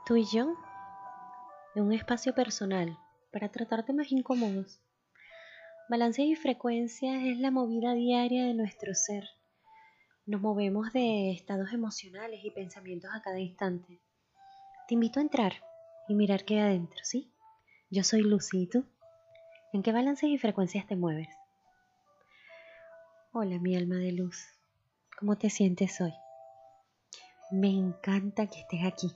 Tú y yo, en un espacio personal, para tratar temas incómodos. Balance y frecuencias es la movida diaria de nuestro ser. Nos movemos de estados emocionales y pensamientos a cada instante. Te invito a entrar y mirar qué hay adentro, ¿sí? Yo soy Lucy, ¿y tú? ¿En qué balances y frecuencias te mueves? Hola, mi alma de luz. ¿Cómo te sientes hoy? Me encanta que estés aquí.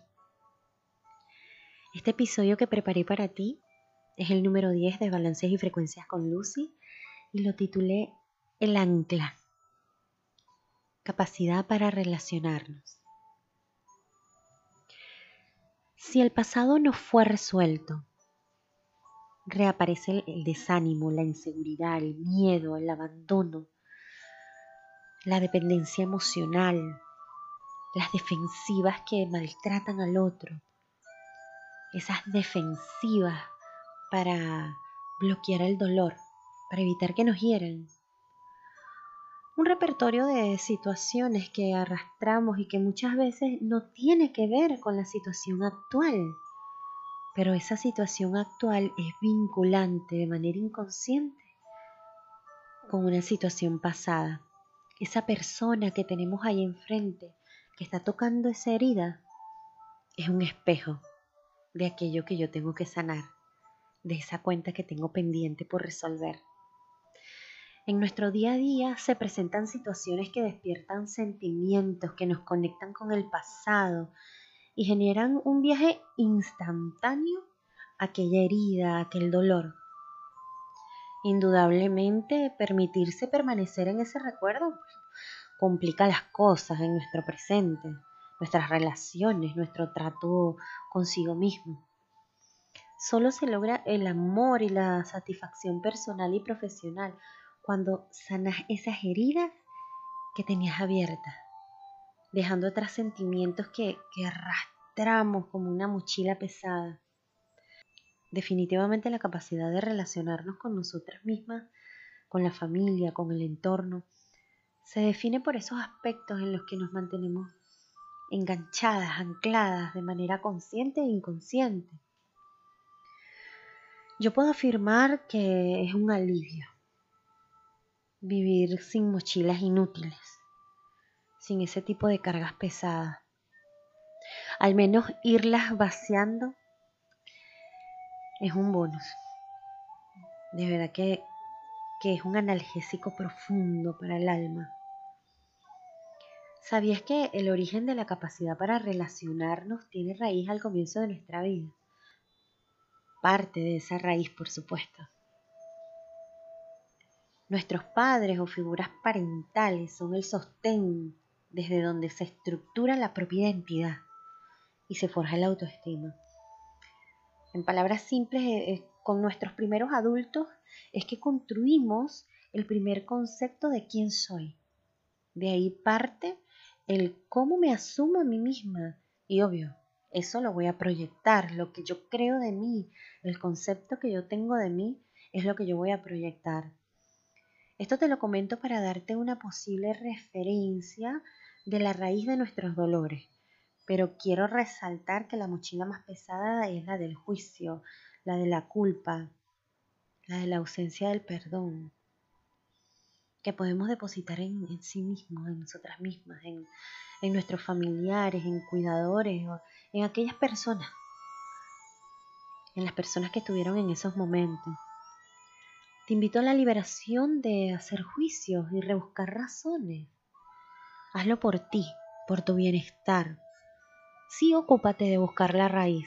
Este episodio que preparé para ti es el número 10 de Balances y Frecuencias con Lucy y lo titulé El ancla, capacidad para relacionarnos. Si el pasado no fue resuelto, reaparece el desánimo, la inseguridad, el miedo, el abandono, la dependencia emocional, las defensivas que maltratan al otro, esas defensivas para bloquear el dolor, para evitar que nos hieran. Un repertorio de situaciones que arrastramos y que muchas veces no tiene que ver con la situación actual, pero esa situación actual es vinculante de manera inconsciente con una situación pasada. Esa persona que tenemos ahí enfrente, que está tocando esa herida, es un espejo de aquello que yo tengo que sanar, de esa cuenta que tengo pendiente por resolver. En nuestro día a día se presentan situaciones que despiertan sentimientos, que nos conectan con el pasado y generan un viaje instantáneo a aquella herida, a aquel dolor. Indudablemente, permitirse permanecer en ese recuerdo complica las cosas en nuestro presente, nuestras relaciones, nuestro trato consigo mismo. Solo se logra el amor y la satisfacción personal y profesional cuando sanas esas heridas que tenías abiertas, dejando atrás sentimientos que arrastramos como una mochila pesada. Definitivamente la capacidad de relacionarnos con nosotras mismas, con la familia, con el entorno, se define por esos aspectos en los que nos mantenemos enganchadas, ancladas de manera consciente e inconsciente. Yo puedo afirmar que es un alivio vivir sin mochilas inútiles, sin ese tipo de cargas pesadas. Al menos irlas vaciando es un bonus. De verdad que es un analgésico profundo para el alma. ¿Sabías que el origen de la capacidad para relacionarnos tiene raíz al comienzo de nuestra vida? Parte de esa raíz, por supuesto. Nuestros padres o figuras parentales son el sostén desde donde se estructura la propia identidad y se forja la autoestima. En palabras simples, con nuestros primeros adultos es que construimos el primer concepto de quién soy. De ahí parte el cómo me asumo a mí misma. Y obvio, eso lo voy a proyectar. Lo que yo creo de mí, el concepto que yo tengo de mí, es lo que yo voy a proyectar. Esto te lo comento para darte una posible referencia de la raíz de nuestros dolores. Pero quiero resaltar que la mochila más pesada es la del juicio, la de la culpa, la de la ausencia del perdón, que podemos depositar en sí mismos, en nosotras mismas, en nuestros familiares, en cuidadores, o en aquellas personas, en las personas que estuvieron en esos momentos. Te invito a la liberación de hacer juicios y rebuscar razones. Hazlo por ti, por tu bienestar. Sí, ocúpate de buscar la raíz.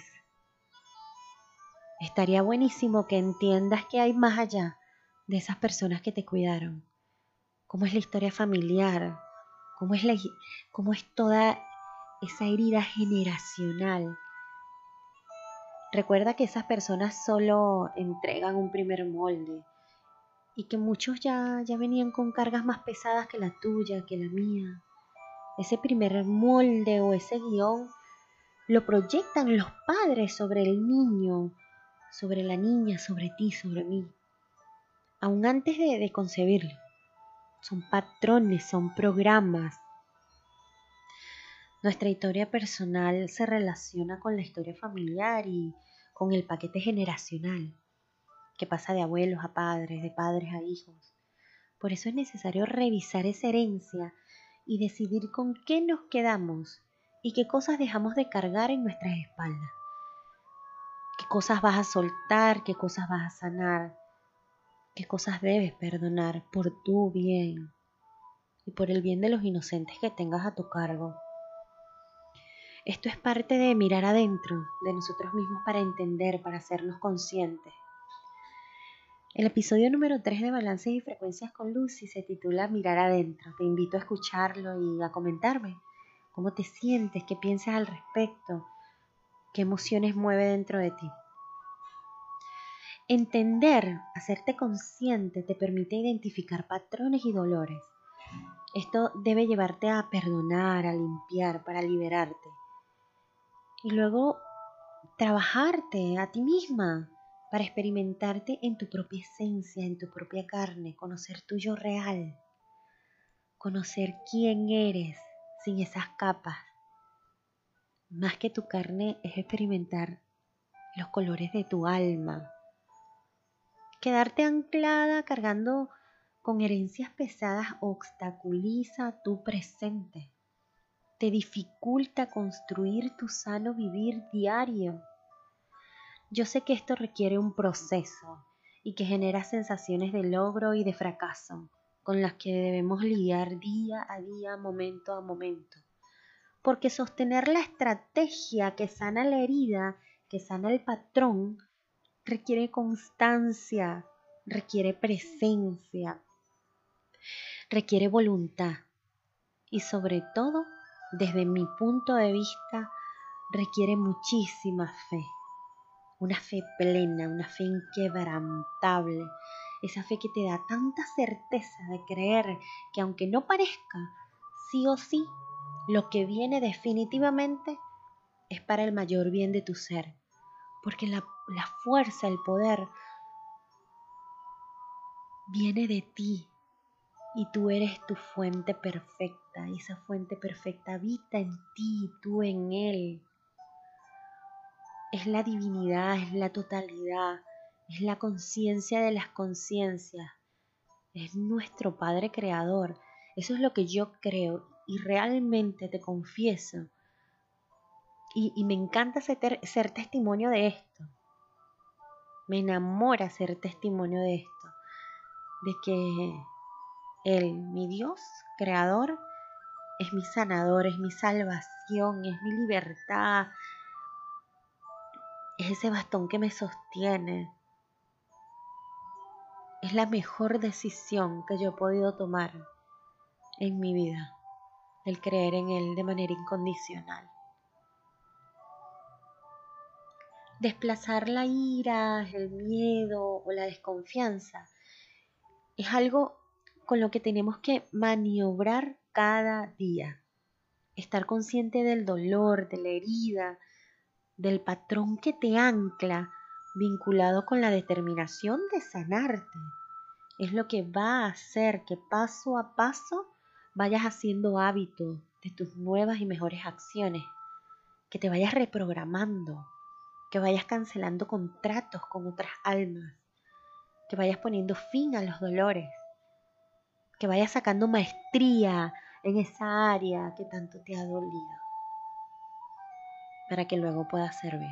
Estaría buenísimo que entiendas que hay más allá de esas personas que te cuidaron. Cómo es la historia familiar, cómo es toda esa herida generacional. Recuerda que esas personas solo entregan un primer molde y que muchos ya venían con cargas más pesadas que la tuya, que la mía. Ese primer molde o ese guión lo proyectan los padres sobre el niño, sobre la niña, sobre ti, sobre mí. Aún antes de concebirlo. Son patrones, son programas. Nuestra historia personal se relaciona con la historia familiar y con el paquete generacional que pasa de abuelos a padres, de padres a hijos. Por eso es necesario revisar esa herencia y decidir con qué nos quedamos y qué cosas dejamos de cargar en nuestras espaldas. Qué cosas vas a soltar, qué cosas vas a sanar, qué cosas debes perdonar por tu bien y por el bien de los inocentes que tengas a tu cargo. Esto es parte de mirar adentro de nosotros mismos para entender, para hacernos conscientes. El episodio número 3 de Balances y Frecuencias con Lucy se titula Mirar adentro. Te invito a escucharlo y a comentarme cómo te sientes, qué piensas al respecto, qué emociones mueve dentro de ti. Entender, hacerte consciente, te permite identificar patrones y dolores. Esto debe llevarte a perdonar, a limpiar, para liberarte. Y luego trabajarte a ti misma para experimentarte en tu propia esencia, en tu propia carne, conocer tu yo real, conocer quién eres sin esas capas. Más que tu carne es experimentar los colores de tu alma. Quedarte anclada cargando con herencias pesadas obstaculiza tu presente. Te dificulta construir tu sano vivir diario. Yo sé que esto requiere un proceso y que genera sensaciones de logro y de fracaso con las que debemos lidiar día a día, momento a momento. Porque sostener la estrategia que sana la herida, que sana el patrón, requiere constancia, requiere presencia, requiere voluntad y sobre todo, desde mi punto de vista, requiere muchísima fe. Una fe plena, una fe inquebrantable, esa fe que te da tanta certeza de creer que aunque no parezca, sí o sí, lo que viene definitivamente es para el mayor bien de tu ser, porque la fuerza, el poder viene de ti y tú eres tu fuente perfecta, y esa fuente perfecta habita en ti y tú en él. Es la divinidad, es la totalidad, es la conciencia de las conciencias, es nuestro Padre Creador. Eso es lo que yo creo y realmente te confieso. Y me encanta ser testimonio de esto. Me enamora ser testimonio de esto. De que Él, mi Dios, Creador, es mi sanador, es mi salvación, es mi libertad. Es ese bastón que me sostiene. Es la mejor decisión que yo he podido tomar en mi vida, el creer en Él de manera incondicional. Desplazar la ira, el miedo o la desconfianza es algo con lo que tenemos que maniobrar cada día. Estar consciente del dolor, de la herida, del patrón que te ancla, vinculado con la determinación de sanarte. Es lo que va a hacer que paso a paso vayas haciendo hábito de tus nuevas y mejores acciones, que te vayas reprogramando, que vayas cancelando contratos con otras almas, que vayas poniendo fin a los dolores, que vayas sacando maestría en esa área que tanto te ha dolido, para que luego puedas servir.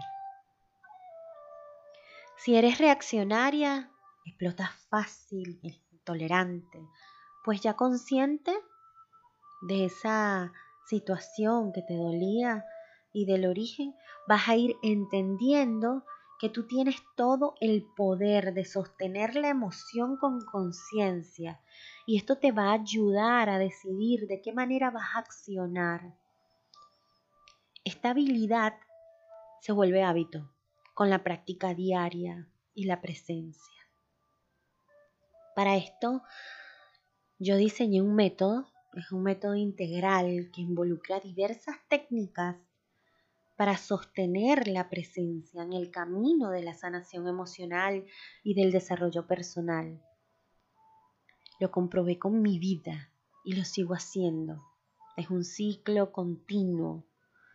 Si eres reaccionaria, explotas fácil, intolerante, pues ya consciente de esa situación que te dolía y del origen, vas a ir entendiendo que tú tienes todo el poder de sostener la emoción con conciencia, y esto te va a ayudar a decidir de qué manera vas a accionar. Esta habilidad se vuelve hábito con la práctica diaria y la presencia. Para esto yo diseñé un método, es un método integral que involucra diversas técnicas para sostener la presencia en el camino de la sanación emocional y del desarrollo personal. Lo comprobé con mi vida y lo sigo haciendo. Es un ciclo continuo.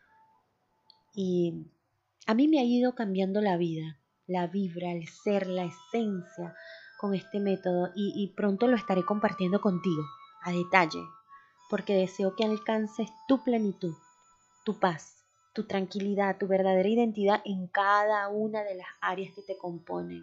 Y a mí me ha ido cambiando la vida, la vibra, el ser, la esencia con este método y pronto lo estaré compartiendo contigo a detalle, porque deseo que alcances tu plenitud, tu paz, tu tranquilidad, tu verdadera identidad en cada una de las áreas que te componen.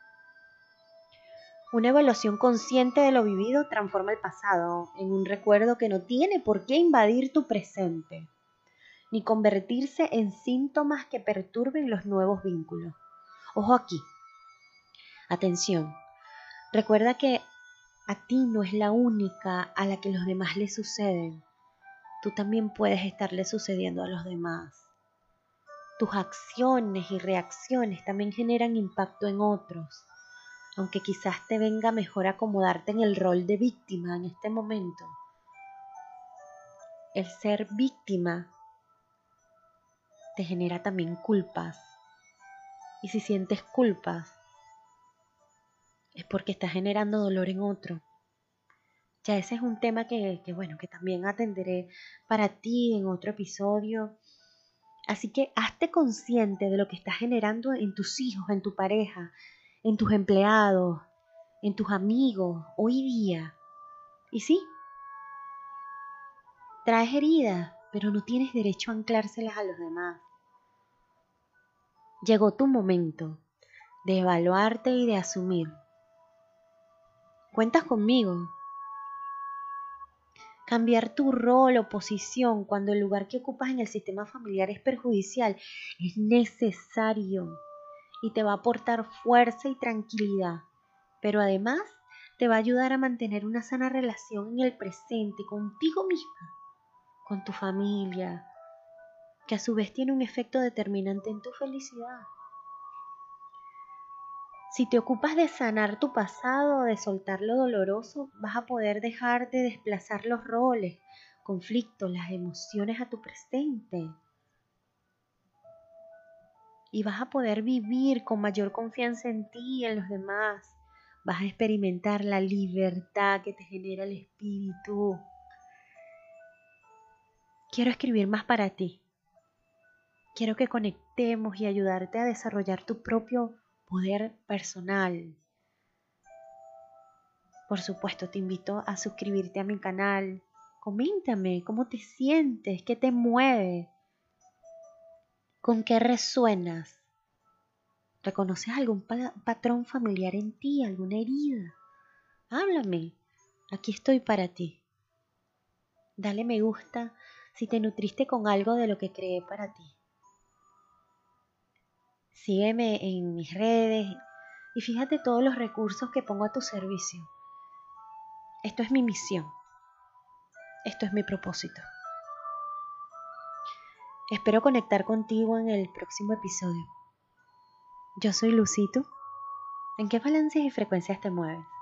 Una evaluación consciente de lo vivido transforma el pasado en un recuerdo que no tiene por qué invadir tu presente, ni convertirse en síntomas que perturben los nuevos vínculos. Ojo aquí, atención, recuerda que a ti no es la única a la que los demás le suceden. Tú también puedes estarle sucediendo a los demás. Tus acciones y reacciones también generan impacto en otros, aunque quizás te venga mejor acomodarte en el rol de víctima en este momento. El ser víctima te genera también culpas. Y si sientes culpas, es porque estás generando dolor en otro. Ya ese es un tema que también atenderé para ti en otro episodio. Así que hazte consciente de lo que estás generando en tus hijos, en tu pareja, en tus empleados, en tus amigos, hoy día. Y sí, traes heridas, pero no tienes derecho a anclárselas a los demás. Llegó tu momento de evaluarte y de asumir. Cuentas conmigo. Cambiar tu rol o posición cuando el lugar que ocupas en el sistema familiar es perjudicial es necesario y te va a aportar fuerza y tranquilidad, pero además te va a ayudar a mantener una sana relación en el presente contigo misma, con tu familia, que a su vez tiene un efecto determinante en tu felicidad. Si te ocupas de sanar tu pasado o de soltar lo doloroso, vas a poder dejar de desplazar los roles, conflictos, las emociones a tu presente. Y vas a poder vivir con mayor confianza en ti y en los demás. Vas a experimentar la libertad que te genera el espíritu. Quiero escribir más para ti. Quiero que conectemos y ayudarte a desarrollar tu propio poder personal. Por supuesto, te invito a suscribirte a mi canal. Coméntame cómo te sientes, qué te mueve, con qué resuenas. ¿Reconoces algún patrón familiar en ti, alguna herida? Háblame, aquí estoy para ti. Dale me gusta si te nutriste con algo de lo que creé para ti. Sígueme en mis redes y fíjate todos los recursos que pongo a tu servicio. Esto es mi misión. Esto es mi propósito. Espero conectar contigo en el próximo episodio. Yo soy Lucito. ¿En qué balances y frecuencias te mueves?